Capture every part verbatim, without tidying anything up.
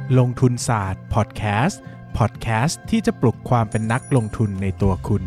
ลงทุนศาสตร์พอดแคสต์พอดแคสต์ที่จะปลุกความเป็นนักลงทุนในตัวคุณ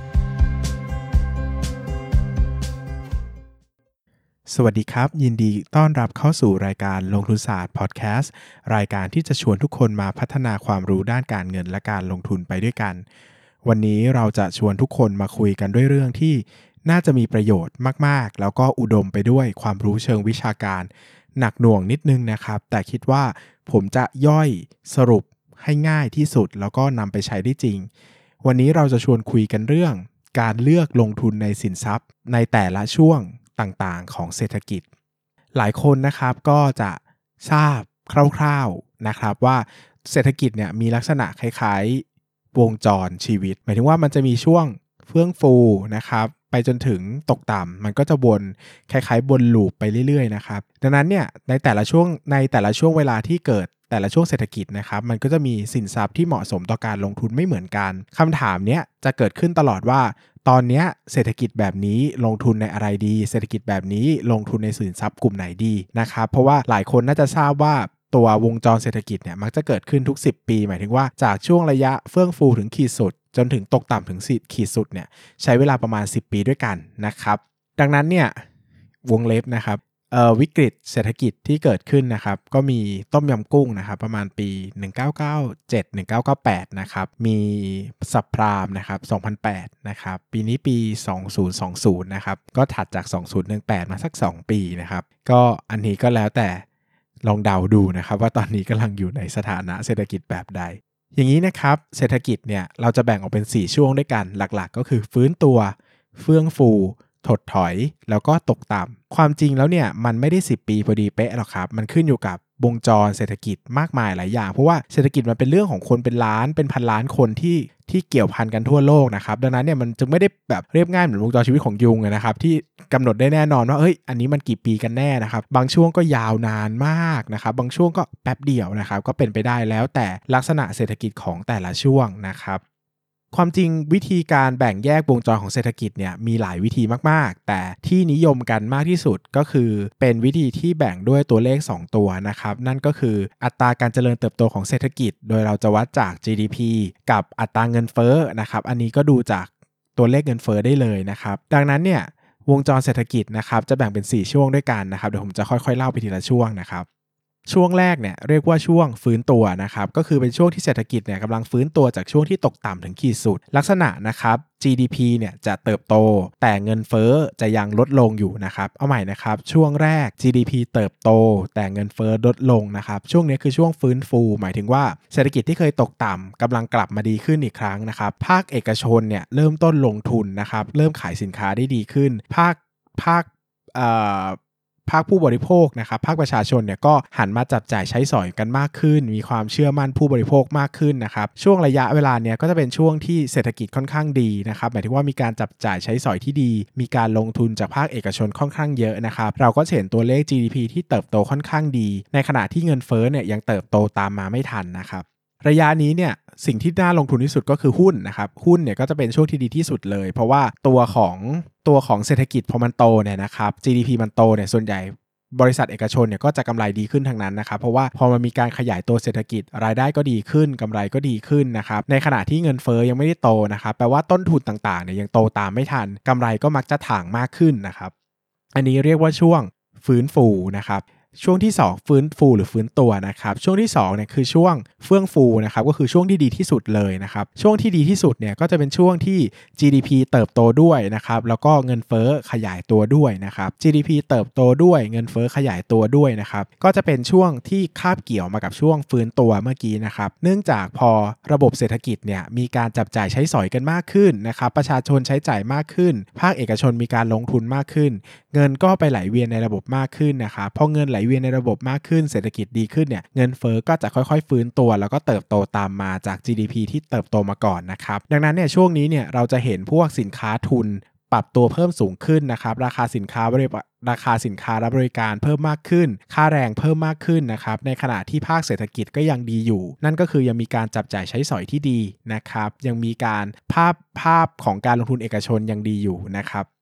สวัสดีครับยินดีต้อนรับเข้าสู่รายการลงทุนศาสตร์พอดแคสต์รายการที่จะชวนทุกคนมาพัฒนาความรู้ด้านการเงินและการลงทุนไปด้วยกันวันนี้เราจะชวนทุกคนมาคุยกันด้วยเรื่องที่น่าจะมีประโยชน์มากๆแล้วก็อุดมไปด้วยความรู้เชิงวิชาการหนักหน่วงนิดนึงนะครับแต่คิดว่าผมจะย่อยสรุปให้ง่ายที่สุดแล้วก็นำไปใช้ได้จริงวันนี้เราจะชวนคุยกันเรื่องการเลือกลงทุนในสินทรัพย์ในแต่ละช่วงต่างๆของเศรษฐกิจหลายคนนะครับก็จะทราบคร่าวๆนะครับว่าเศรษฐกิจเนี่ยมีลักษณะคล้ายๆวงจรชีวิตหมายถึงว่ามันจะมีช่วงเฟื่องฟูนะครับไปจนถึงตกต่ำมันก็จะวนคล้ายๆวนลูปไปเรื่อยๆนะครับดังนั้นเนี่ยในแต่ละช่วงในแต่ละช่วงเวลาที่เกิดแต่ละช่วงเศรษฐกิจนะครับมันก็จะมีสินทรัพย์ที่เหมาะสมต่อการลงทุนไม่เหมือนกันคำถามเนี้ยจะเกิดขึ้นตลอดว่าตอนนี้เศรษฐกิจแบบนี้ลงทุนในอะไรดีเศรษฐกิจแบบนี้ลงทุนในสินทรัพย์กลุ่มไหนดีนะครับเพราะว่าหลายคนน่าจะทราบว่าตัววงจรเศรษฐกิจเนี่ยมักจะเกิดขึ้นทุกสิบปีหมายถึงว่าจากช่วงระยะเฟื่องฟูถึงขีดสุดจนถึงตกต่ำถึงขีดสุดเนี่ยใช้เวลาประมาณสิบปีด้วยกันนะครับดังนั้นเนี่ยวงเล็บนะครับเอ่อวิกฤตเศรษฐกิจที่เกิดขึ้นนะครับก็มีต้มยำกุ้งนะครับประมาณปีหนึ่งเก้าเก้าเจ็ด หนึ่งเก้าเก้าแปดนะครับมีซับไพรม์นะครับสองพันแปดนะครับปีนี้ปีสองพันยี่สิบนะครับก็ถัดจากสองพันสิบแปดมาสักสองปีนะครับก็อันนี้ก็แล้วแต่ลองเดาดูนะครับว่าตอนนี้กำลังอยู่ในสถานะเศรษฐกิจแบบใดอย่างนี้นะครับเศรษฐกิจเนี่ยเราจะแบ่งออกเป็นสี่ช่วงด้วยกันหลักๆก็คือฟื้นตัวเฟื่องฟูถดถอยแล้วก็ตกต่ำความจริงแล้วเนี่ยมันไม่ได้สิบปีพอดีเป๊ะหรอกครับมันขึ้นอยู่กับวงจรเศรษฐกิจมากมายหลายอย่างเพราะว่าเศรษฐกิจมันเป็นเรื่องของคนเป็นล้านเป็นพันล้านคนที่ที่เกี่ยวพันกันทั่วโลกนะครับดังนั้นเนี่ยมันจึงไม่ได้แบบเรียบง่ายเหมือนวงจรชีวิตของยุงนะครับที่กำหนดได้แน่นอนว่าเอ้ยอันนี้มันกี่ปีกันแน่นะครับบางช่วงก็ยาวนานมากนะครับบางช่วงก็แป๊บเดียวนะครับก็เป็นไปได้แล้วแต่ลักษณะเศรษฐกิจของแต่ละช่วงนะครับความจริงวิธีการแบ่งแยกวงจรของเศรษฐกิจเนี่ยมีหลายวิธีมากๆแต่ที่นิยมกันมากที่สุดก็คือเป็นวิธีที่แบ่งด้วยตัวเลขสองตัวนะครับนั่นก็คืออัตราการเจริญเติบโตของเศรษฐกิจโดยเราจะวัดจาก จี ดี พี กับอัตราเงินเฟ้อนะครับอันนี้ก็ดูจากตัวเลขเงินเฟ้อได้เลยนะครับดังนั้นเนี่ยวงจรเศรษฐกิจนะครับจะแบ่งเป็นสี่ช่วงด้วยกันนะครับเดี๋ยวผมจะค่อยๆเล่าไปทีละช่วงนะครับช่วงแรกเนี่ยเรียกว่าช่วงฟื้นตัวนะครับก็คือเป็นช่วงที่เศรษฐกิจเนี่ยกำลังฟื้นตัวจากช่วงที่ตกต่ำถึงขีดสุดลักษณะนะครับ จี ดี พี เนี่ยจะเติบโตแต่เงินเฟ้อจะยังลดลงอยู่นะครับเอาใหม่นะครับช่วงแรก จี ดี พี เติบโตแต่เงินเฟ้อลดลงนะครับช่วงนี้คือช่วงฟื้นฟูหมายถึงว่าเศรษฐกิจที่เคยตกต่ำกำลังกลับมาดีขึ้นอีกครั้งนะครับภาคเอกชนเนี่ยเริ่มต้นลงทุนนะครับเริ่มขายสินค้าได้ดีขึ้นภาคภาคเอ่อภาคผู้บริโภคนะครับภาคประชาชนเนี่ยก็หันมาจับจ่ายใช้สอยกันมากขึ้นมีความเชื่อมั่นผู้บริโภคมากขึ้นนะครับช่วงระยะเวลาเนี่ยก็จะเป็นช่วงที่เศรษฐกิจค่อนข้างดีนะครับหมายถึงว่ามีการจับจ่ายใช้สอยที่ดีมีการลงทุนจากภาคเอกชนค่อนข้างเยอะนะครับเราก็เห็นตัวเลข จี ดี พี ที่เติบโตค่อนข้างดีในขณะที่เงินเฟ้อเนี่ยยังเติบโตตามมาไม่ทันนะครับระยะนี้เนี่ยสิ่งที่น่าลงทุนที่สุดก็คือหุ้นนะครับหุ้นเนี่ยก็จะเป็นช่วงที่ดีที่สุดเลยเพราะว่าตัวของตัวของเศรษฐกิจพอมันโตเนี่ยนะครับ จี ดี พี มันโตเนี่ยส่วนใหญ่บริษัทเอกชนเนี่ยก็จะกำไรดีขึ้นทั้งนั้นนะครับเพราะว่าพอมันมีการขยายตัวเศรษฐกิจรายได้ก็ดีขึ้นกำไรก็ดีขึ้นนะครับในขณะที่เงินเฟ้อยังไม่ได้โตนะครับแปลว่าต้นทุนต่างๆเนี่ยยังโตตามไม่ทันกำไรก็มักจะถ่างมากขึ้นนะครับอันนี้เรียกว่าช่วงฟื้นฟูนะครับช่วงที่สองฟื้นฟูหรือฟื้นตัวนะครับช่วงที่สองเนี่ยคือช่วงเฟื่องฟูนะครับก็คือช่วงที่ดีที่สุดเลยนะครับช่วงที่ดีที่สุดเนี่ยก็จะเป็นช่วงที่ จี ดี พี เติบโตด้วยนะครับแล้วก็เงินเฟ้อขยายตัวด้วยนะครับ จี ดี พี เติบโตด้วยเงินเฟ้อขยายตัวด้วยนะครับก็จะเป็นช่วงที่คาบเกี่ยวมากับช่วงฟื้นตัวเมื่อกี้นะครับเนื่องจากพอระบบเศรษฐกิจเนี่ยมีการจับจ่ายใช้สอยกันมากขึ้นนะครับประชาชนใช้จ่ายมากขึ้นภาคเอกชนมีการลงทุนมากขึ้นเงินก็ไปไหลเวียนในระบบมากขึ้นนะครับพอเงินไหลเวียนในระบบมากขึ้นเศรษฐกิจดีขึ้นเนี่ยเงินเฟ้อก็จะค่อยๆฟื้นตัวแล้วก็เติบโตตามมาจาก จี ดี พี ที่เติบโตมาก่อนนะครับดังนั้นเนี่ยช่วงนี้เนี่ยเราจะเห็นพวกสินค้าทุนปรับตัวเพิ่มสูงขึ้นนะครับราคาสินค้าบริราคาสินค้าและบริการเพิ่มมากขึ้นค่าแรงเพิ่มมากขึ้นนะครับในขณะที่ภาคเศรษฐกิจก็ยังดีอยู่นั่นก็คือยังมีการจับจ่ายใช้สอยที่ดีนะครับยังมีการภาพภาพของการลงทุนเอกชนยังดีอยู่นะครับ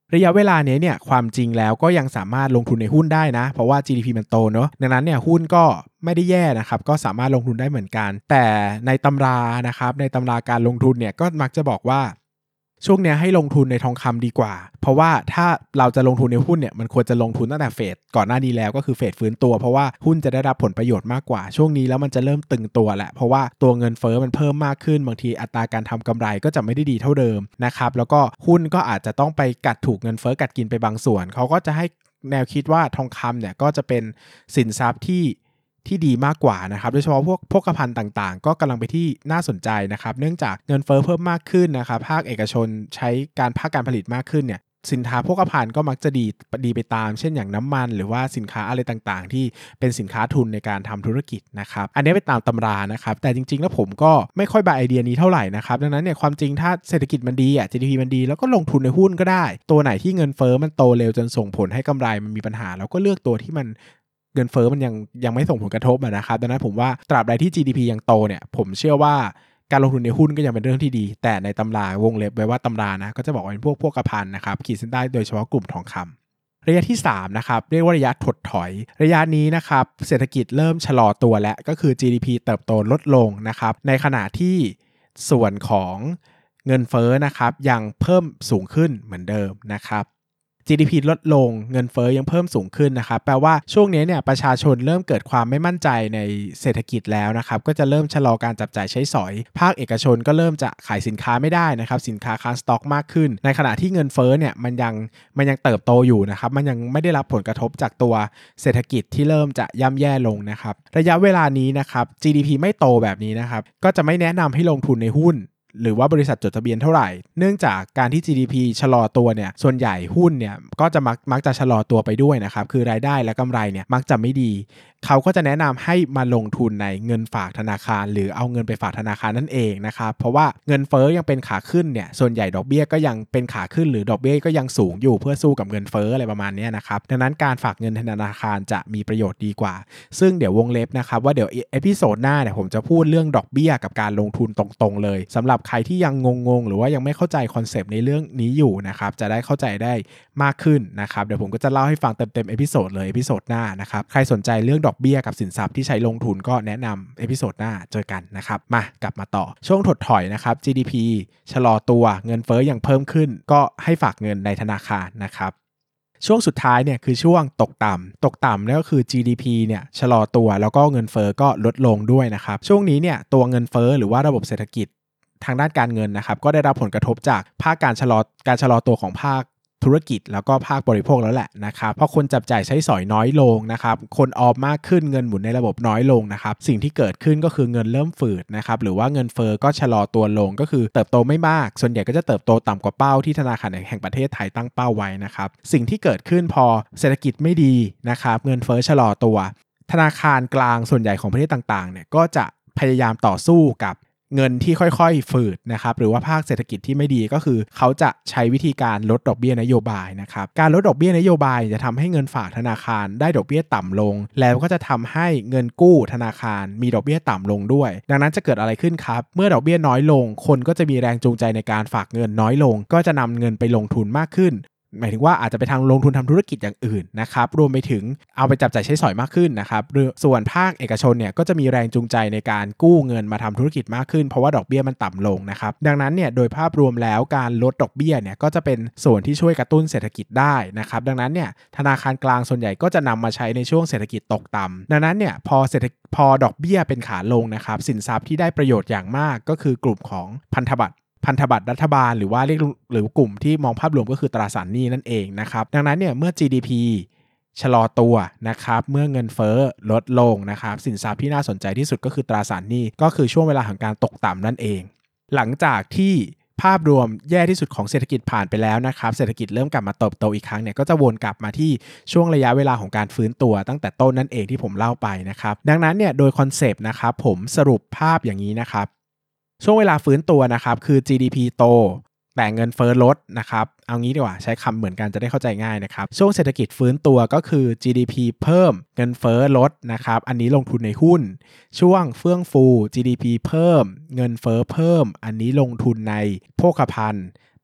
ระยะเวลานี้เนี่ยความจริงแล้วก็ยังสามารถลงทุนในหุ้นได้นะเพราะว่า จี ดี พี มันโตเนาะดังนั้นเนี่ยหุ้นก็ไม่ได้แย่นะครับก็สามารถลงทุนได้เหมือนกันแต่ในตำรานะครับในตำราการลงทุนเนี่ยก็มักจะบอกว่าช่วงนี้ให้ลงทุนในทองคำดีกว่าเพราะว่าถ้าเราจะลงทุนในหุ้นเนี่ยมันควรจะลงทุนตั้งแต่เฟสก่อนหน้านี้แล้วก็คือเฟสฟื้นตัวเพราะว่าหุ้นจะได้รับผลประโยชน์มากกว่าช่วงนี้แล้วมันจะเริ่มตึงตัวแหละเพราะว่าตัวเงินเฟ้อมันเพิ่มมากขึ้นบางทีอัตราการทำกำไรก็จะไม่ได้ดีเท่าเดิมนะครับแล้วก็หุ้นก็อาจจะต้องไปกัดถูกเงินเฟ้อกัดกินไปบางส่วนเขาก็จะให้แนวคิดว่าทองคำเนี่ยก็จะเป็นสินทรัพย์ที่ที่ดีมากกว่านะครับโดยเฉพาะพวกโภคภัณฑ์ต่างๆก็กำลังไปที่น่าสนใจนะครับเนื่องจากเงินเฟ้อเพิ่มมากขึ้นนะครับภาคเอกชนใช้การภาคการผลิตมากขึ้นเนี่ยสินค้าโภคภัณฑ์ก็มักจะดีดีไปตามเช่นอย่างน้ำมันหรือว่าสินค้าอะไรต่างๆที่เป็นสินค้าทุนในการทำธุรกิจนะครับอันนี้ไปตามตำรานะครับแต่จริงๆแล้วผมก็ไม่ค่อยบายไอเดียนี้เท่าไหร่นะครับดังนั้นเนี่ยความจริงถ้าเศรษฐกิจมันดีอ่ะ จี ดี พี มันดีแล้วก็ลงทุนในหุ้นก็ได้ตัวไหนที่เงินเฟ้อมันโตเร็วจนส่งผลให้กำไรมันมีปัญหาแล้วก็เลือกตัวที่มันเงินเฟ้อมันยังยังไม่ส่งผลกระทบนะครับดังนั้นผมว่าตราบใดที่ จี ดี พี ยังโตเนี่ยผมเชื่อว่าการลงทุนในหุ้นก็ยังเป็นเรื่องที่ดีแต่ในตำราวงเล็บไว้ว่าตำรานะก็จะบอกว่าเป็นพวกพวกภัณฑ์นะครับขีดเส้นใต้โดยเฉพาะกลุ่มทองคำระยะที่สามนะครับเรียกว่าระยะถดถอยระยะนี้นะครับเศรษฐกิจเริ่มชะลอตัวแล้วก็คือ จี ดี พี เติบโตลดลงนะครับในขณะที่ส่วนของเงินเฟ้อนะครับยังเพิ่มสูงขึ้นเหมือนเดิมนะครับ จี ดี พี ลดลงเงินเฟ้อยังเพิ่มสูงขึ้นนะครับแปลว่าช่วงนี้เนี่ยประชาชนเริ่มเกิดความไม่มั่นใจในเศรษฐกิจแล้วนะครับก็จะเริ่มชะลอการจับจ่ายใช้สอยภาคเอกชนก็เริ่มจะขายสินค้าไม่ได้นะครับสินค้าค้างสต็อกมากขึ้นในขณะที่เงินเฟ้อเนี่ยมันยังมันยังเติบโตอยู่นะครับมันยังไม่ได้รับผลกระทบจากตัวเศรษฐกิจที่เริ่มจะย่ำแย่ลงนะครับระยะเวลานี้นะครับ จี ดี พี ไม่โตแบบนี้นะครับก็จะไม่แนะนำให้ลงทุนในหุ้นหรือว่าบริษัทจดทะเบียนเท่าไหร่เนื่องจากการที่ จี ดี พี ชะลอตัวเนี่ยส่วนใหญ่หุ้นเนี่ยก็จะมักมักจะชะลอตัวไปด้วยนะครับคือรายได้และกำไรเนี่ยมักจะไม่ดีเขาก็จะแนะนำให้มาลงทุนในเงินฝากธนาคารหรือเอาเงินไปฝากธนาคารนั่นเองนะครับเพราะว่าเงินเฟ้อยังเป็นขาขึ้นเนี่ยส่วนใหญ่ดอกเบี้ยก็ยังเป็นขาขึ้นหรือดอกเบี้ยก็ยังสูงอยู่เพื่อสู้กับเงินเฟ้ออะไรประมาณนี้นะครับดังนั้นการฝากเงินธนาคารจะมีประโยชน์ดีกว่าซึ่งเดี๋ยววงเล็บนะครับว่าเดี๋ยวเอพิโซดหน้าเนี่ยผมจะพูดเรื่องดอกเบี้ยกับการลงทุนตรงๆเลยสำหรับใครที่ยังงงๆหรือว่ายังไม่เข้าใจคอนเซปต์ในเรื่องนี้อยู่นะครับจะได้เข้าใจได้มากขึ้นนะครับเดี๋ยวผมก็จะเล่าให้ฟังเต็มๆเอพิโซดเลยเอพิโซดหน้านะครับใครสนใจเรื่องดอกเบี้ยกับสินทรัพย์ที่ใช้ลงทุนก็แนะนำเอพิโซดหน้าเจอกันนะครับมากลับมาต่อช่วงถดถอยนะครับ จี ดี พี ชะลอตัวเงินเฟ้อยังเพิ่มขึ้นก็ให้ฝากเงินในธนาคารนะครับช่วงสุดท้ายเนี่ยคือช่วงตกต่ำตกต่ำนั่นก็คือ จี ดี พี เนี่ยชะลอตัวแล้วก็เงินเฟ้อก็ลดลงด้วยนะครับช่วงนี้เนี่ยตัวเงินเฟ้อหรือว่าระบบเศรษฐกิจทางด้านการเงินนะครับก็ได้รับผลกระทบจากภาคการชะลอการชะลอตัวของภาคธุรกิจแล้วก็ภาคบริโภคแล้วแหละนะครับเพราะคนจับจ่ายใช้สอยน้อยลงนะครับคนออมมากขึ้นเงินหมุนในระบบน้อยลงนะครับสิ่งที่เกิดขึ้นก็คือเงินเริ่มฝืดนะครับหรือว่าเงินเฟ้อก็ชะลอตัวลงก็คือเติบโตไม่มากส่วนใหญ่ก็จะเติบโตต่ำกว่าเป้าที่ธนาคารแห่งประเทศไทยตั้งเป้าไว้นะครับสิ่งที่เกิดขึ้นพอเศรษฐกิจไม่ดีนะครับเงินเฟ้อชะลอตัวธนาคารกลางส่วนใหญ่ของประเทศต่างๆเนี่ยก็จะพยายามต่อสู้กับเงินที่ค่อยๆฝืดนะครับหรือว่าภาคเศรษฐกิจที่ไม่ดีก็คือเขาจะใช้วิธีการลดดอกเบี้ยนโยบายนะครับการลดดอกเบี้ยนโยบายจะทำให้เงินฝากธนาคารได้ดอกเบี้ยต่ำลงแล้วก็จะทำให้เงินกู้ธนาคารมีดอกเบี้ยต่ำลงด้วยดังนั้นจะเกิดอะไรขึ้นครับเมื่อดอกเบี้ยน้อยลงคนก็จะมีแรงจูงใจในการฝากเงินน้อยลงก็จะนำเงินไปลงทุนมากขึ้นหมายถึงว่าอาจจะไปทางลงทุนทำธุรกิจอย่างอื่นนะครับรวมไปถึงเอาไปจับจ่ายใช้สอยมากขึ้นนะครับส่วนภาคเอกชนเนี่ยก็จะมีแรงจูงใจในการกู้เงินมาทำธุรกิจมากขึ้นเพราะว่าดอกเบี้ยมันต่ำลงนะครับดังนั้นเนี่ยโดยภาพรวมแล้วการลดดอกเบี้ยเนี่ยก็จะเป็นส่วนที่ช่วยกระตุ้นเศรษฐกิจได้นะครับดังนั้นเนี่ยธนาคารกลางส่วนใหญ่ก็จะนำมาใช้ในช่วงเศรษฐกิจตกต่ำดังนั้นเนี่ยพอเศรษฐพอดอกเบี้ยเป็นขาลงนะครับสินทรัพย์ที่ได้ประโยชน์อย่างมากก็คือกลุ่มของพันธบัตรพันธบัตรรัฐบาลหรือว่าเรียกหรือกลุ่มที่มองภาพรวมก็คือตราสารหนี้นั่นเองนะครับดังนั้นเนี่ยเมื่อ จี ดี พี ชะลอตัวนะครับเมื่อเงินเฟ้อลดลงนะครับสินทรัพย์ที่น่าสนใจที่สุดก็คือตราสารหนี้ก็คือช่วงเวลาของการตกต่ำนั่นเองหลังจากที่ภาพรวมแย่ที่สุดของเศรษฐกิจผ่านไปแล้วนะครับเศรษฐกิจเริ่มกลับมาเติบโตอีกครั้งเนี่ยก็จะวนกลับมาที่ช่วงระยะเวลาของการฟื้นตัวตั้งแต่ต้นนั่นเองที่ผมเล่าไปนะครับดังนั้นเนี่ยโดยคอนเซปต์นะครับผมสรุปภาพอย่างนี้นะครับช่วงเวลาฟื้นตัวนะครับคือ จี ดี พี โตแต่เงินเฟ้อลดนะครับเอางี้ดีกว่าใช้คำเหมือนกันจะได้เข้าใจง่ายนะครับช่วงเศรษฐกิจฟื้นตัวก็คือ จี ดี พี เพิ่มเงินเฟ้อลดนะครับอันนี้ลงทุนในหุ้นช่วงเฟื่องฟู จี ดี พี เพิ่มเงินเฟ้อเพิ่มอันนี้ลงทุนในโภคภัณฑ์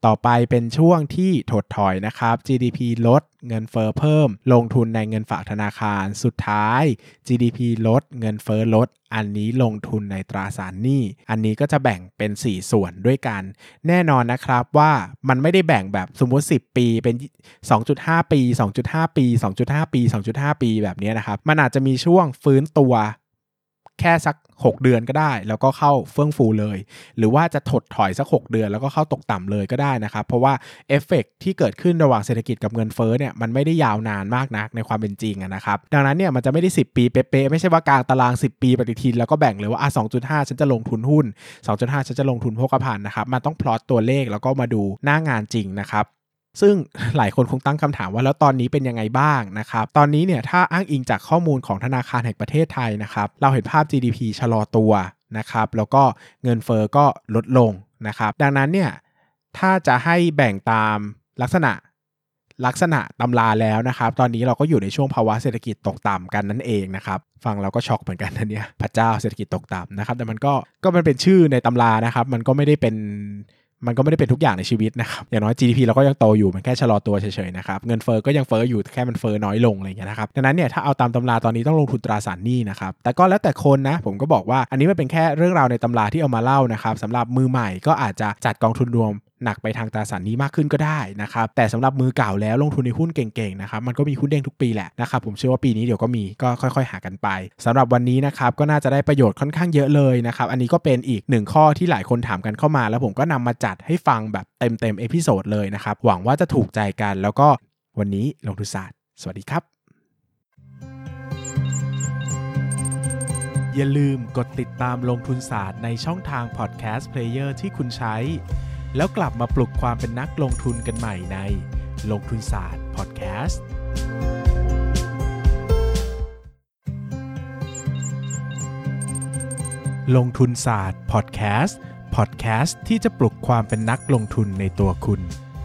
ต่อไปเป็นช่วงที่ถดถอยนะครับ จี ดี พี ลดเงินเฟ้อเพิ่มลงทุนในเงินฝากธนาคารสุดท้าย จี ดี พี ลดเงินเฟ้อลดอันนี้ลงทุนในตราสารหนี้อันนี้ก็จะแบ่งเป็นสี่ส่วนด้วยกันแน่นอนนะครับว่ามันไม่ได้แบ่งแบบสมมุติสิบปีเป็น สองจุดห้า ปี สองจุดห้า ปี สองจุดห้า ปี สองจุดห้า ปีแบบนี้นะครับมันอาจจะมีช่วงฟื้นตัวแค่สักหกเดือนก็ได้แล้วก็เข้าเฟื่องฟูเลยหรือว่าจะถดถอยสักหกเดือนแล้วก็เข้าตกต่ำเลยก็ได้นะครับเพราะว่าเอฟเฟกต์ที่เกิดขึ้นระหว่างเศรษฐกิจกับเงินเฟ้อเนี่ยมันไม่ได้ยาวนานมากนักในความเป็นจริงนะครับดังนั้นเนี่ยมันจะไม่ได้สิบปีเป๊ะๆไม่ใช่ว่ากลางตารางสิบปีปฏิทินแล้วก็แบ่งเลยว่าอ่ะ สองจุดห้า ฉันจะลงทุนหุ้น สองจุดห้า ฉันจะลงทุนโภคภัณฑ์นะครับมันต้องพลอตตัวเลขแล้วก็มาดูหน้างานจริงนะครับซึ่งหลายคนคงตั้งคำถามว่าแล้วตอนนี้เป็นยังไงบ้างนะครับตอนนี้เนี่ยถ้าอ้างอิงจากข้อมูลของธนาคารแห่งประเทศไทยนะครับเราเห็นภาพ จี ดี พี ชะลอตัวนะครับแล้วก็เงินเฟ้อก็ลดลงนะครับดังนั้นเนี่ยถ้าจะให้แบ่งตามลักษณะลักษณะตำราแล้วนะครับตอนนี้เราก็อยู่ในช่วงภาวะเศรษฐกิจตกต่ำกันนั่นเองนะครับฟังเราก็ช็อกเหมือนกันนะเนี่ยพระเจ้าเศรษฐกิจตกต่ำนะครับแต่มันก็ก็มันเป็นชื่อในตำรานะครับมันก็ไม่ได้เป็นมันก็ไม่ได้เป็นทุกอย่างในชีวิตนะครับอย่างน้อย จี ดี พี เราก็ยังโตอยู่มันแค่ชะลอตัวเฉยๆนะครับเงินเฟ้อก็ยังเฟ้ออยู่แค่มันเฟ้อน้อยลงอะไรอย่างเงี้ยนะครับดังนั้นเนี่ยถ้าเอาตามตำราตอนนี้ต้องลงทุนตราสารหนี้นะครับแต่ก็แล้วแต่คนนะผมก็บอกว่าอันนี้มันเป็นแค่เรื่องราวในตำราที่เอามาเล่านะครับสำหรับมือใหม่ก็อาจจะจัดกองทุนรวมหนักไปทางตราสารหนี้มากขึ้นก็ได้นะครับแต่สำหรับมือเก่าแล้วลงทุนในหุ้นเก่งๆนะครับมันก็มีหุ้นเด้งทุกปีแหละนะครับผมเชื่อว่าปีนี้เดี๋ยวก็มีก็ค่อยๆหากันไปสำหรับวันนี้นะครับก็น่าจะได้ประโยชน์ค่อนข้างเยอะเลยนะครับอันนี้ก็เป็นอีกหนึ่งข้อที่หลายคนถามกันเข้ามาแล้วผมก็นำมาจัดให้ฟังแบบเต็มๆเอพิโซดเลยนะครับหวังว่าจะถูกใจกันแล้วก็วันนี้ลงทุนศาสตร์สวัสดีครับอย่าลืมกดติดตามลงทุนศาสตร์ในช่องทางพอดแคสต์เพลเยอร์ที่คุณใช้แล้วกลับมาปลุกความเป็นนักลงทุนกันใหม่ในลงทุนศาสตร์พอดแคสต์ลงทุนศาสตร์พอดแคสต์พอดแคสต์ที่จะปลุกความเป็นนักลงทุนในตัวคุณ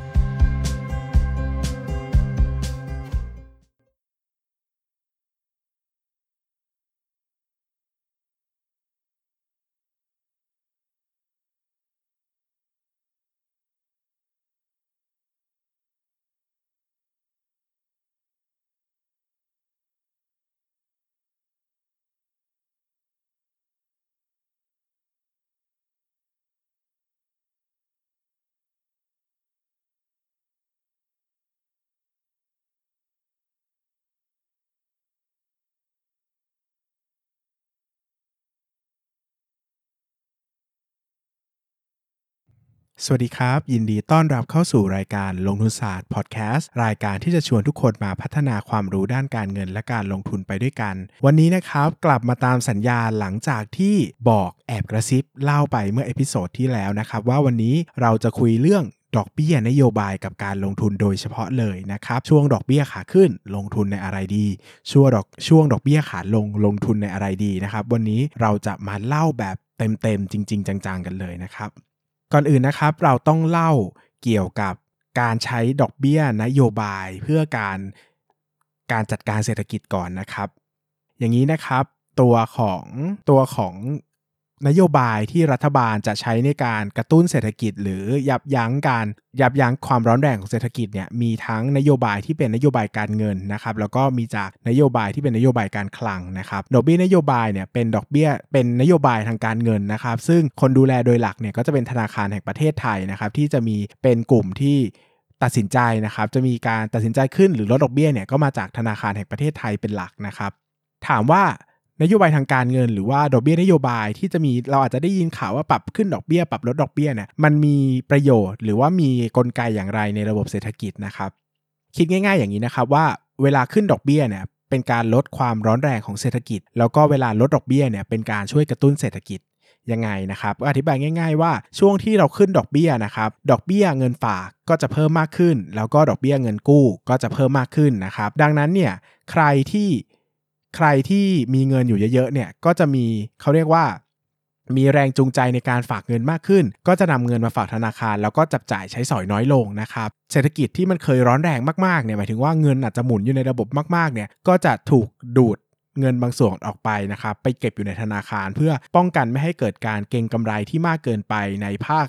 สวัสดีครับยินดีต้อนรับเข้าสู่รายการลงทุนศาสตร์พอดแคสต์รายการที่จะชวนทุกคนมาพัฒนาความรู้ด้านการเงินและการลงทุนไปด้วยกันวันนี้นะครับกลับมาตามสัญญาหลังจากที่บอกแอบกระซิบเล่าไปเมื่อเอพิโซดที่แล้วนะครับว่าวันนี้เราจะคุยเรื่องดอกเบี้ยนโยบายกับการลงทุนโดยเฉพาะเลยนะครับช่วงดอกเบี้ยขาขึ้นลงทุนในอะไรดีช่วงดอกช่วงดอกเบี้ยขาลงลงทุนในอะไรดีนะครับวันนี้เราจะมาเล่าแบบเต็มๆจริงๆจังๆกันเลยนะครับก่อนอื่นนะครับเราต้องเล่าเกี่ยวกับการใช้ดอกเบี้ยนโยบายเพื่อการการจัดการเศรษฐกิจก่อนนะครับอย่างนี้นะครับตัวของตัวของนโยบายที่รัฐบาลจะใช้ในการกระตุ้นเศรษฐกิจหรือยับยั้งการยับยั้งความร้อนแรงของเศรษฐกิจเนี่ยมีทั้งนโยบายที่เป็นนโยบายการเงินนะครับแล้วก็มีจากนโยบายที่เป็นนโยบายการคลังนะครับดอกเบี้ยนโยบายเนี่ยเป็นดอกเบี้ยเป็นนโยบายทางการเงินนะครับซึ่งคนดูแลโดยหลักเนี่ยก็จะเป็นธนาคารแห่งประเทศไทยนะครับที่จะมีเป็นกลุ่มที่ตัดสินใจนะครับจะมีการตัดสินใจขึ้นหรือลดดอกเบี้ยเนี่ยก็มาจากธนาคารแห่งประเทศไทยเป็นหลักนะครับถามว่านโยบายทางการเงินหรือว่าดอกเบี้ยนโยบายที่จะมีเราอาจจะได้ยินข่าวว่าปรับขึ้นดอกเบี้ยปรับลดดอกเบี้ยเนี่ยมันมีประโยชน์หรือว่ามีกลไกอย่างไรในระบบเศรษฐกิจนะครับคิดง่ายๆอย่างนี้นะครับว่าเวลาขึ้นดอกเบี้ยเนี่ยเป็นการลดความร้อนแรงของเศรษฐกิจแล้วก็เวลาลดดอกเบี้ยเนี่ยเป็นการช่วยกระตุ้นเศรษฐกิจยังไงนะครับอธิบายง่ายๆว่าช่วงที่เราขึ้นดอกเบี้ยนะครับดอกเบี้ยเงินฝากก็จะเพิ่มมากขึ้นแล้วก็ดอกเบี้ยเงินกู้ก็จะเพิ่มมากขึ้นนะครับดังนั้นเนี่ยใครที่ใครที่มีเงินอยู่เยอะๆเนี่ยก็จะมีเขาเรียกว่ามีแรงจูงใจในการฝากเงินมากขึ้นก็จะนำเงินมาฝากธนาคารแล้วก็จับจ่ายใช้สอยน้อยลงนะครับเศรษฐกิจที่มันเคยร้อนแรงมากๆเนี่ยหมายถึงว่าเงินอาจจะหมุนอยู่ในระบบมากๆเนี่ยก็จะถูกดูดเงินบางส่วนออกไปนะครับไปเก็บอยู่ในธนาคารเพื่อป้องกันไม่ให้เกิดการเก็งกำไรที่มากเกินไปในภาค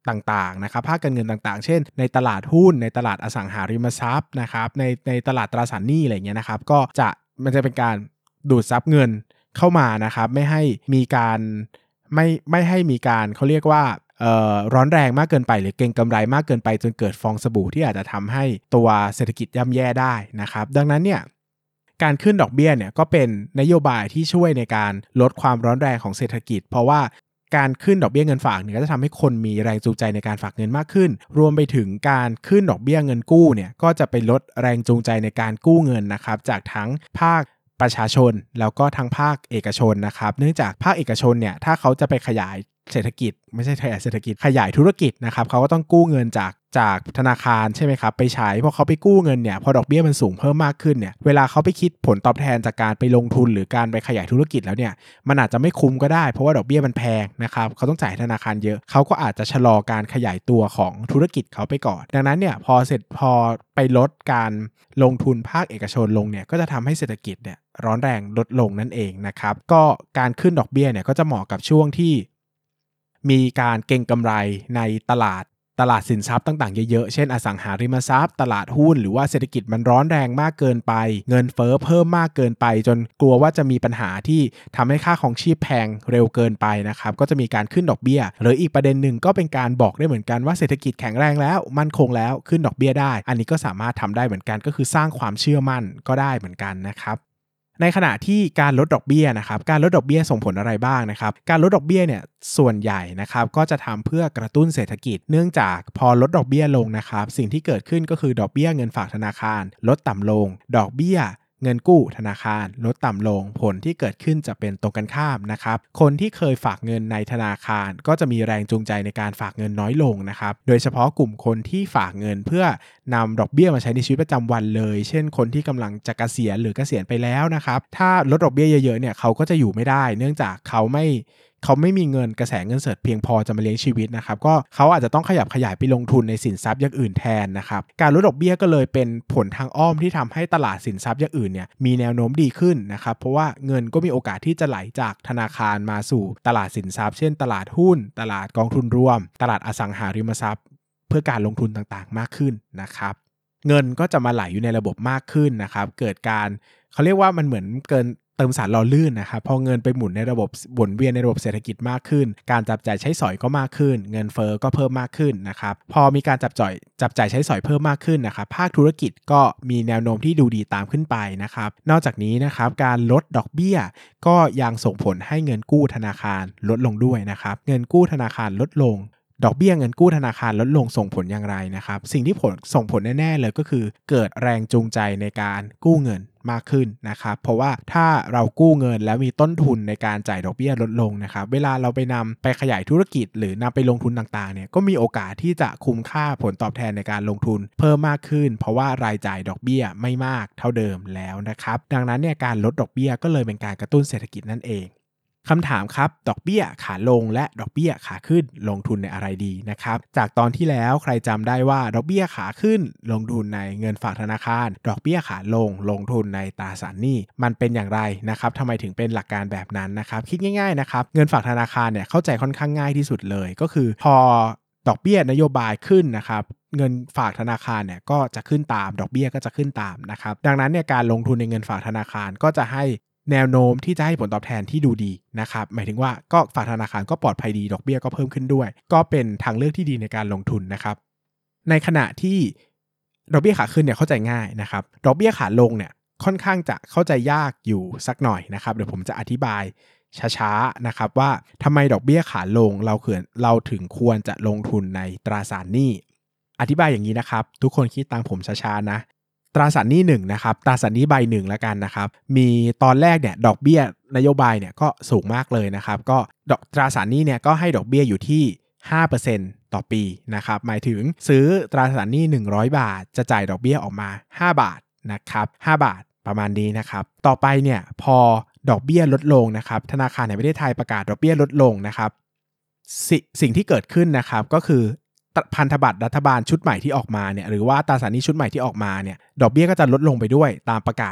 ต่างๆนะครับภาคการเงินต่างๆเช่นในตลาดหุ้นในตลาดอสังหาริมทรัพย์นะครับในในตลาดตราสารหนี้อะไรเงี้ยนะครับก็จะมันจะเป็นการดูดซับเงินเข้ามานะครับไม่ให้มีการไม่ไม่ให้มีการเขาเรียกว่าเอ่อร้อนแรงมากเกินไปหรือเก็งกำไรมากเกินไปจนเกิดฟองสบู่ที่อาจจะทำให้ตัวเศรษฐกิจย่ำแย่ได้นะครับดังนั้นเนี่ยการขึ้นดอกเบี้ยเนี่ยก็เป็นนโยบายที่ช่วยในการลดความร้อนแรงของเศรษฐกิจเพราะว่าการขึ้นดอกเบี้ยเงินฝากเนี่ยก็จะทำให้คนมีแรงจูงใจในการฝากเงินมากขึ้นรวมไปถึงการขึ้นดอกเบี้ยเงินกู้เนี่ยก็จะไปลดแรงจูงใจในการกู้เงินนะครับจากทั้งภาคประชาชนแล้วก็ทั้งภาคเอกชนนะครับเนื่องจากภาคเอกชนเนี่ยถ้าเขาจะไปขยายเศรษฐกิจไม่ใช่ขยายเศรษฐกิจขยายธุรกิจนะครับเขาก็ต้องกู้เงินจากจากธนาคารใช่ไหมครับไปใช้พอเขาไปกู้เงินเนี่ยพอดอกเบี้ยมันสูงเพิ่มมากขึ้นเนี่ยเวลาเขาไปคิดผลตอบแทนจากการไปลงทุนหรือการไปขยายธุรกิจแล้วเนี่ยมันอาจจะไม่คุ้มก็ได้เพราะว่าดอกเบี้ยมันแพงนะครับเขาต้องจ่ายธนาคารเยอะเขาก็อาจจะชะลอการขยายตัวของธุรกิจเขาไปก่อนดังนั้นเนี่ยพอเสร็จพอไปลดการลงทุนภาคเอกชนลงเนี่ยก็จะทำให้เศรษฐกิจเนี่ยร้อนแรงลดลงนั่นเองนะครับก็การขึ้นดอกเบี้ยเนี่ยก็จะเหมาะกับช่วงที่มีการเก็งกำไรในตลาดตลาดสินทรัพย์ต่างๆเยอะๆเช่นอสังหาริมทรัพย์ตลาดหุ้นหรือว่าเศรษฐกิจมันร้อนแรงมากเกินไปเงินเฟ้อเพิ่มมากเกินไปจนกลัวว่าจะมีปัญหาที่ทำให้ค่าครองชีพแพงเร็วเกินไปนะครับก็จะมีการขึ้นดอกเบี้ยหรืออีกประเด็นหนึ่งก็เป็นการบอกได้เหมือนกันว่าเศรษฐกิจแข็งแรงแล้วมั่นคงแล้วขึ้นดอกเบี้ยได้อันนี้ก็สามารถทำได้เหมือนกันก็คือสร้างความเชื่อมั่นก็ได้เหมือนกันนะครับในขณะที่การลดดอกเบี้ยนะครับการลดดอกเบี้ยส่งผลอะไรบ้างนะครับการลดดอกเบี้ยเนี่ยส่วนใหญ่นะครับก็จะทำเพื่อกระตุ้นเศรษฐกิจเนื่องจากพอลดดอกเบี้ยลงนะครับสิ่งที่เกิดขึ้นก็คือดอกเบี้ยเงินฝากธนาคารลดต่ำลงดอกเบี้ยเงินกู้ธนาคารลดต่ำลงผลที่เกิดขึ้นจะเป็นตรงกันข้ามนะครับคนที่เคยฝากเงินในธนาคารก็จะมีแรงจูงใจในการฝากเงินน้อยลงนะครับโดยเฉพาะกลุ่มคนที่ฝากเงินเพื่อนำดอกเบี้ยมาใช้ในชีวิตประจำวันเลยเช่นคนที่กำลังจะเกษียณหรือเกษียณไปแล้วนะครับถ้าลดดอกเบี้ยเยอะๆเนี่ยเขาก็จะอยู่ไม่ได้เนื่องจากเขาไม่เขาไม่มีเงินกระแสเงินสดเพียงพอจะมาเลี้ยงชีวิตนะครับก็เขาอาจจะต้องขยับขยายไปลงทุนในสินทรัพย์อย่างอื่นแทนนะครับการลดดอกเบี้ยก็เลยเป็นผลทางอ้อมที่ทำให้ตลาดสินทรัพย์อย่างอื่นเนี่ยมีแนวโน้มดีขึ้นนะครับเพราะว่าเงินก็มีโอกาสที่จะไหลจากธนาคารมาสู่ตลาดสินทรัพย์เช่นตลาดหุ้นตลาดกองทุนรวมตลาดอสังหาริมทรัพย์เพื่อการลงทุนต่างๆมากขึ้นนะครับเงินก็จะมาไหลอยู่ในระบบมากขึ้นนะครับเกิดการเขาเรียกว่ามันเหมือนเกินเติมสารหล่อลื่นนะครับพอเงินไปหมุนในระบบหมุนเวียนในระบบเศรษฐกิจมากขึ้นการจับจ่ายใช้สอยก็มากขึ้นเงินเฟ้อก็เพิ่มมากขึ้นนะครับพอมีการจับจ่ายจับจ่ายใช้สอยเพิ่มมากขึ้นนะครับภาคธุรกิจก็มีแนวโน้มที่ดูดีตามขึ้นไปนะครับนอกจากนี้นะครับการลดดอกเบี้ยก็ยังส่งผลให้เงินกู้ธนาคารลดลงด้วยนะครับเงินกู้ธนาคารลดลงดอกเบี้ยเงินกู้ธนาคารลดลงส่งผลอย่างไรนะครับสิ่งที่ผลส่งผลแน่ๆเลยก็คือเกิดแรงจูงใจในการกู้เงินมากขึ้นนะครับเพราะว่าถ้าเรากู้เงินแล้วมีต้นทุนในการจ่ายดอกเบี้ยลดลงนะครับเวลาเราไปนำไปขยายธุรกิจหรือนำไปลงทุนต่างๆเนี่ยก็มีโอกาสที่จะคุ้มค่าผลตอบแทนในการลงทุนเพิ่มมากขึ้นเพราะว่ารายจ่ายดอกเบี้ยไม่มากเท่าเดิมแล้วนะครับดังนั้นเนี่ยการลดดอกเบี้ยก็เลยเป็นการกระตุ้นเศรษฐกิจนั่นเองคำถามครับดอกเบี้ยขาลงและดอกเบี้ยขาขึ้นลงทุนในอะไรดีนะครับจากตอนที่แล้วใครจำได้ว่าดอกเบี้ยขาขึ้นลงทุนในเงินฝากธนาคารดอกเบี้ยขาลงลงทุนในตราสารหนี้มันเป็นอย่างไรนะครับทำไมถึงเป็นหลักการแบบนั้นนะครับคิดง่ายๆนะครับเงินฝากธนาคารเนี่ยเข้าใจค่อนข้างง่ายที่สุดเลยก็คือพอดอกเบี้ยนโยบายขึ้นนะครับเงินฝากธนาคารเนี่ยก็จะขึ้นตามดอกเบี้ยก็จะขึ้นตามนะครับดังนั้นเนี่ยการลงทุนในเงินฝากธนาคารก็จะให้แนวโน้มที่จะให้ผลตอบแทนที่ดูดีนะครับหมายถึงว่าก็ฝากธนาคารก็ปลอดภัยดีดอกเบี้ยก็เพิ่มขึ้นด้วยก็เป็นทางเลือกที่ดีในการลงทุนนะครับในขณะที่ดอกเบี้ยขาขึ้นเนี่ยเข้าใจง่ายนะครับดอกเบี้ยขาลงเนี่ยค่อนข้างจะเข้าใจยากอยู่สักหน่อยนะครับเดี๋ยวผมจะอธิบายช้าๆนะครับว่าทำไมดอกเบี้ยขาลงเราเขินเราถึงควรจะลงทุนในตราสารหนี้อธิบายอย่างนี้นะครับทุกคนคิดตามผมช้าๆนะตราสารหนี้หนึ่งนะครับตราสารหนี้ใบหนึ่งแล้วกันนะครับมีตอนแรกเนี่ยดอกเบี้ยนโยบายเนี่ยก็สูงมากเลยนะครับก็ดอกตราสารหนี้เนี่ยก็ให้ดอกเบี้ยอยู่ที่ ห้าเปอร์เซ็นต์ ต่อปีนะครับหมายถึงซื้อตราสารหนี้หนึ่งร้อยบาทจะจ่ายดอกเบี้ยออกมาห้าบาทนะครับห้าบาทประมาณนี้นะครับต่อไปเนี่ยพอดอกเบี้ยลดลงนะครับธนาคารแห่งประเทศไทยประกาศดอกเบี้ยลดลงนะครับสสิ่งที่เกิดขึ้นนะครับก็คือพันธบัตรรัฐบาลชุดใหม่ที่ออกมาเนี่ยหรือว่าตราสารหนี้ชุดใหม่ที่ออกมาเนี่ยดอกเบี้ยก็จะลดลงไปด้วยตามประกาศ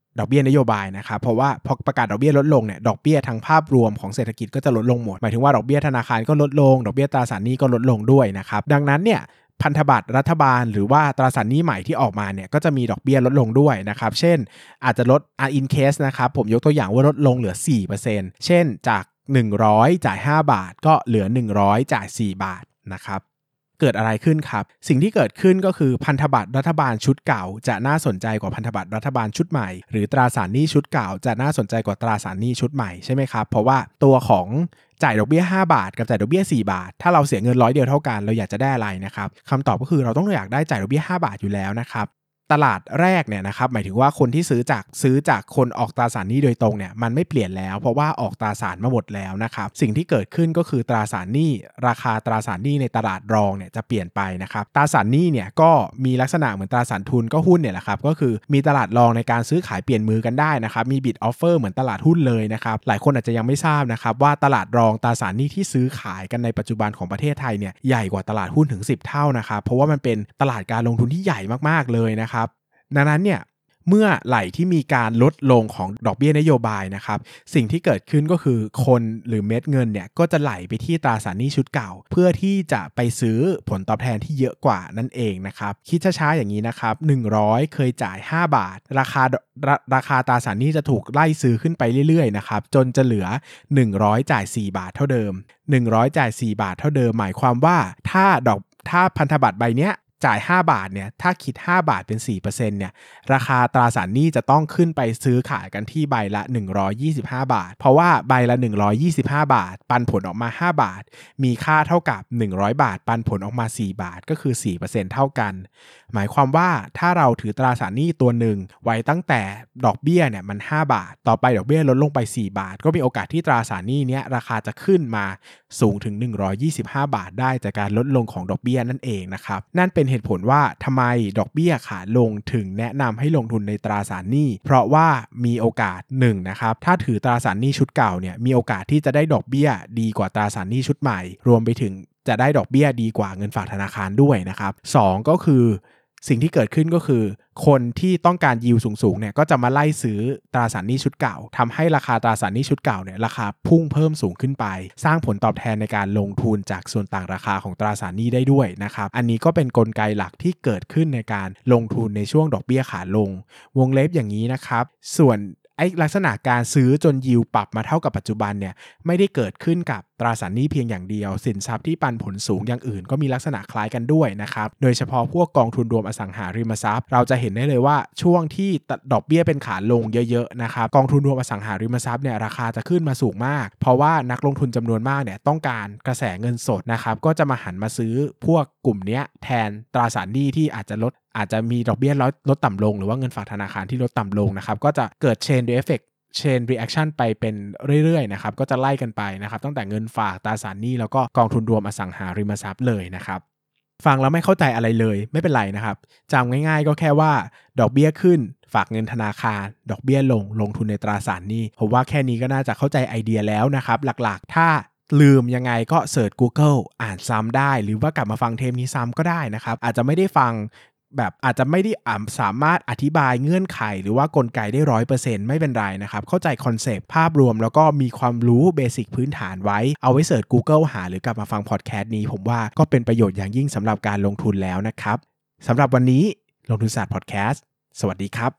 ดอกเบี้ยนโยบายนะครับเพราะว่าพอประกาศดอกเบี้ยลดลงเนี่ยดอกเบี้ยทั้งภาพรวมของเศรษฐกิจก็จะลดลงหมดหมายถึงว่าดอกเบี้ยธนาคารก็ลดลงดอกเบี้ยตราสารหนี้ก็ลดลงด้วยนะครับดังนั้นเนี่ยพันธบัตรรัฐบาลหรือว่าตราสารหนี้ใหม่ที่ออกมาเนี่ยก็จะมีดอกเบี้ยลดลงด้วยนะครับเช่นอาจจะลด in case นะครับผมยกตัวอย่างว่าลดลงเหลือ สี่เปอร์เซ็นต์ เช่นจากหนึ่งร้อยจ่ายห้าบาทก็เหลือหนึ่งร้อยจ่ายสี่บาทนะครับเกิดอะไรขึ้นครับสิ่งที่เกิดขึ้นก็คือพันธบัตรรัฐบาลชุดเก่าจะน่าสนใจกว่าพันธบัตรรัฐบาลชุดใหม่หรือตราสารหนี้ชุดเก่าจะน่าสนใจกว่าตราสารหนี้ชุดใหม่ใช่ไหมครับเพราะว่าตัวของจ่ายดอกเบี้ยห้าบาทกับจ่ายดอกเบี้ยสี่บาทถ้าเราเสียเงินร้อยเดียวเท่ากันเราอยากจะได้อะไรนะครับคำตอบก็คือเราต้องอยากได้จ่ายดอกเบี้ยห้าบาทอยู่แล้วนะครับตลาดแรกเนี่ยนะครับหมายถึงว่าคนที่ซื้อจากซื้อจากคนออกตราสารหนี้โดยตรงเนี่ยมันไม่เปลี่ยนแล้วเพราะว่าออกตราสารมาหมดแล้วนะครับสิ่งที่เกิดขึ้นก็คือตราสารหนี้ราคาตราสารหนี้ในตลาดรองเนี่ยจะเปลี่ยนไปนะครับตราสารหนี้เนี่ยก็มีลักษณะเหมือนตราสารทุนก็หุ้นเนี่ยแหละครับก็คือมีตลาดรองในการซื้อขายเปลี่ยนมือกันได้นะครับมี bid offer เหมือนตลาดหุ้นเลยนะครับหลายคนอาจจะยังไม่ทราบนะครับว่าตลาดรองตราสารหนี้ที่ซื้อขายกันในปัจจุบันของประเทศไทยเนี่ยใหญ่กว่าตลาดหุ้นถึงสิบเท่านะครับเพราะว่ามันเป็นตลาดการลงทุนที่ใหญ่มากๆเลยนะครับดังนั้นเนี่ยเมื่อไหร่ที่มีการลดลงของดอกเบี้ยนโยบายนะครับสิ่งที่เกิดขึ้นก็คือคนหรือเม็ดเงินเนี่ยก็จะไหลไปที่ตราสารหนี้ชุดเก่าเพื่อที่จะไปซื้อผลตอบแทนที่เยอะกว่านั่นเองนะครับคิดช้าๆอย่างนี้นะครับหนึ่งร้อยเคยจ่ายห้าบาทราคาราราคาตราสารหนี้จะถูกไล่ซื้อขึ้นไปเรื่อยๆนะครับจนจะเหลือหนึ่งร้อยจ่ายสี่บาทเท่าเดิมหนึ่งร้อยจ่ายสี่บาทเท่าเดิมหมายความว่าถ้าดอกถ้าพันธบัตรใบเนี้ยจ่ายห้าบาทเนี่ยถ้าคิดห้าบาทเป็น สี่เปอร์เซ็นต์ เนี่ยราคาตราสารหนี้จะต้องขึ้นไปซื้อขายกันที่ใบละหนึ่งร้อยยี่สิบห้าบาทเพราะว่าใบละหนึ่งร้อยยี่สิบห้าบาทปันผลออกมาห้าบาทมีค่าเท่ากับหนึ่งร้อยบาทปันผลออกมาสี่บาทก็คือ สี่เปอร์เซ็นต์ เท่ากันหมายความว่าถ้าเราถือตราสารหนี้ตัวหนึ่งไว้ตั้งแต่ดอกเบี้ยเนี่ยมันห้าบาทต่อไปดอกเบี้ยลดลงไปสี่บาทก็มีโอกาสที่ตราสารหนี้เนี้ยราคาจะขึ้นมาสูงถึงหนึ่งร้อยยี่สิบห้าบาทได้จากการลดลงของดอกเบี้ยนั่นเองนะครับนั่นเป็นเหตุผลว่าทำไมดอกเบี้ยขาลงถึงแนะนำให้ลงทุนในตราสารหนี้เพราะว่ามีโอกาสหนึ่งนะครับถ้าถือตราสารหนี้ชุดเก่าเนี่ยมีโอกาสที่จะได้ดอกเบี้ยดีกว่าตราสารหนี้ชุดใหม่รวมไปถึงจะได้ดอกเบี้ยดีกว่าเงินฝากธนาคารด้วยนะครับสองก็คือสิ่งที่เกิดขึ้นก็คือคนที่ต้องการยิวสูงๆเนี่ยก็จะมาไล่ซื้อตราสารหนี้ชุดเก่าทำให้ราคาตราสารหนี้ชุดเก่าเนี่ยราคาพุ่งเพิ่มสูงขึ้นไปสร้างผลตอบแทนในการลงทุนจากส่วนต่างราคาของตราสารหนี้ได้ด้วยนะครับอันนี้ก็เป็นกลไกหลักที่เกิดขึ้นในการลงทุนในช่วงดอกเบี้ยขาลงวงเล็บอย่างนี้นะครับส่วนไอ้ลักษณะการซื้อจนยิวปรับมาเท่ากับปัจจุบันเนี่ยไม่ได้เกิดขึ้นกับตราสารหนี้เพียงอย่างเดียวสินทรัพย์ที่ปันผลสูงอย่างอื่นก็มีลักษณะคล้ายกันด้วยนะครับโดยเฉพาะพวกกองทุนรวมอสังหาริมทรัพย์เราจะเห็นได้เลยว่าช่วงที่ดอกเบี้ยเป็นขาลงเยอะๆนะครับกองทุนรวมอสังหาริมทรัพย์เนี่ยราคาจะขึ้นมาสูงมากเพราะว่านักลงทุนจำนวนมากเนี่ยต้องการกระแสเงินสดนะครับก็จะมาหันมาซื้อพวกกลุ่มนี้แทนตราสารหนี้ที่อาจจะลดอาจจะมีดอกเบี้ยลดต่ำลงหรือว่าเงินฝากธนาคารที่ลดต่ำลงนะครับก็จะเกิด chain effect chain reaction ไปเป็นเรื่อยๆนะครับก็จะไล่กันไปนะครับตั้งแต่เงินฝากตราสารหนี้แล้วก็กองทุนรวมอสังหาริมทรัพย์เลยนะครับฟังแล้วไม่เข้าใจอะไรเลยไม่เป็นไรนะครับจำง่ายๆก็แค่ว่าดอกเบี้ยขึ้นฝากเงินธนาคารดอกเบี้ยลงลงทุนในตราสารหนี้ผมว่าแค่นี้ก็น่าจะเข้าใจไอเดียแล้วนะครับหลักๆถ้าลืมยังไงก็เสิร์ช Google อ่านซ้ำได้หรือว่ากลับมาฟังเทปนี้ซ้ำก็ได้นะครับอาจจะไม่ได้ฟังแบบอาจจะไม่ได้สามารถอธิบายเงื่อนไขหรือว่ากลไกได้ ร้อยเปอร์เซ็นต์ ไม่เป็นไรนะครับเข้าใจคอนเซปต์ภาพรวมแล้วก็มีความรู้เบสิกพื้นฐานไว้เอาไว้เสิร์ช Google หาหรือกลับมาฟังพอดแคสต์นี้ผมว่าก็เป็นประโยชน์อย่างยิ่งสำหรับการลงทุนแล้วนะครับสำหรับวันนี้ลงทุนศาสตร์พอดแคสต์สวัสดีครับ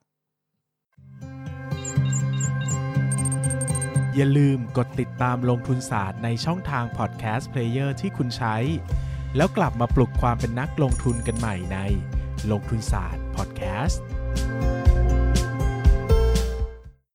อย่าลืมกดติดตามลงทุนศาสตร์ในช่องทางพอดแคสต์เพลเยอร์ที่คุณใช้แล้วกลับมาปลุกความเป็นนักลงทุนกันใหม่ในลงทุนศาสตร์พอดแคสต์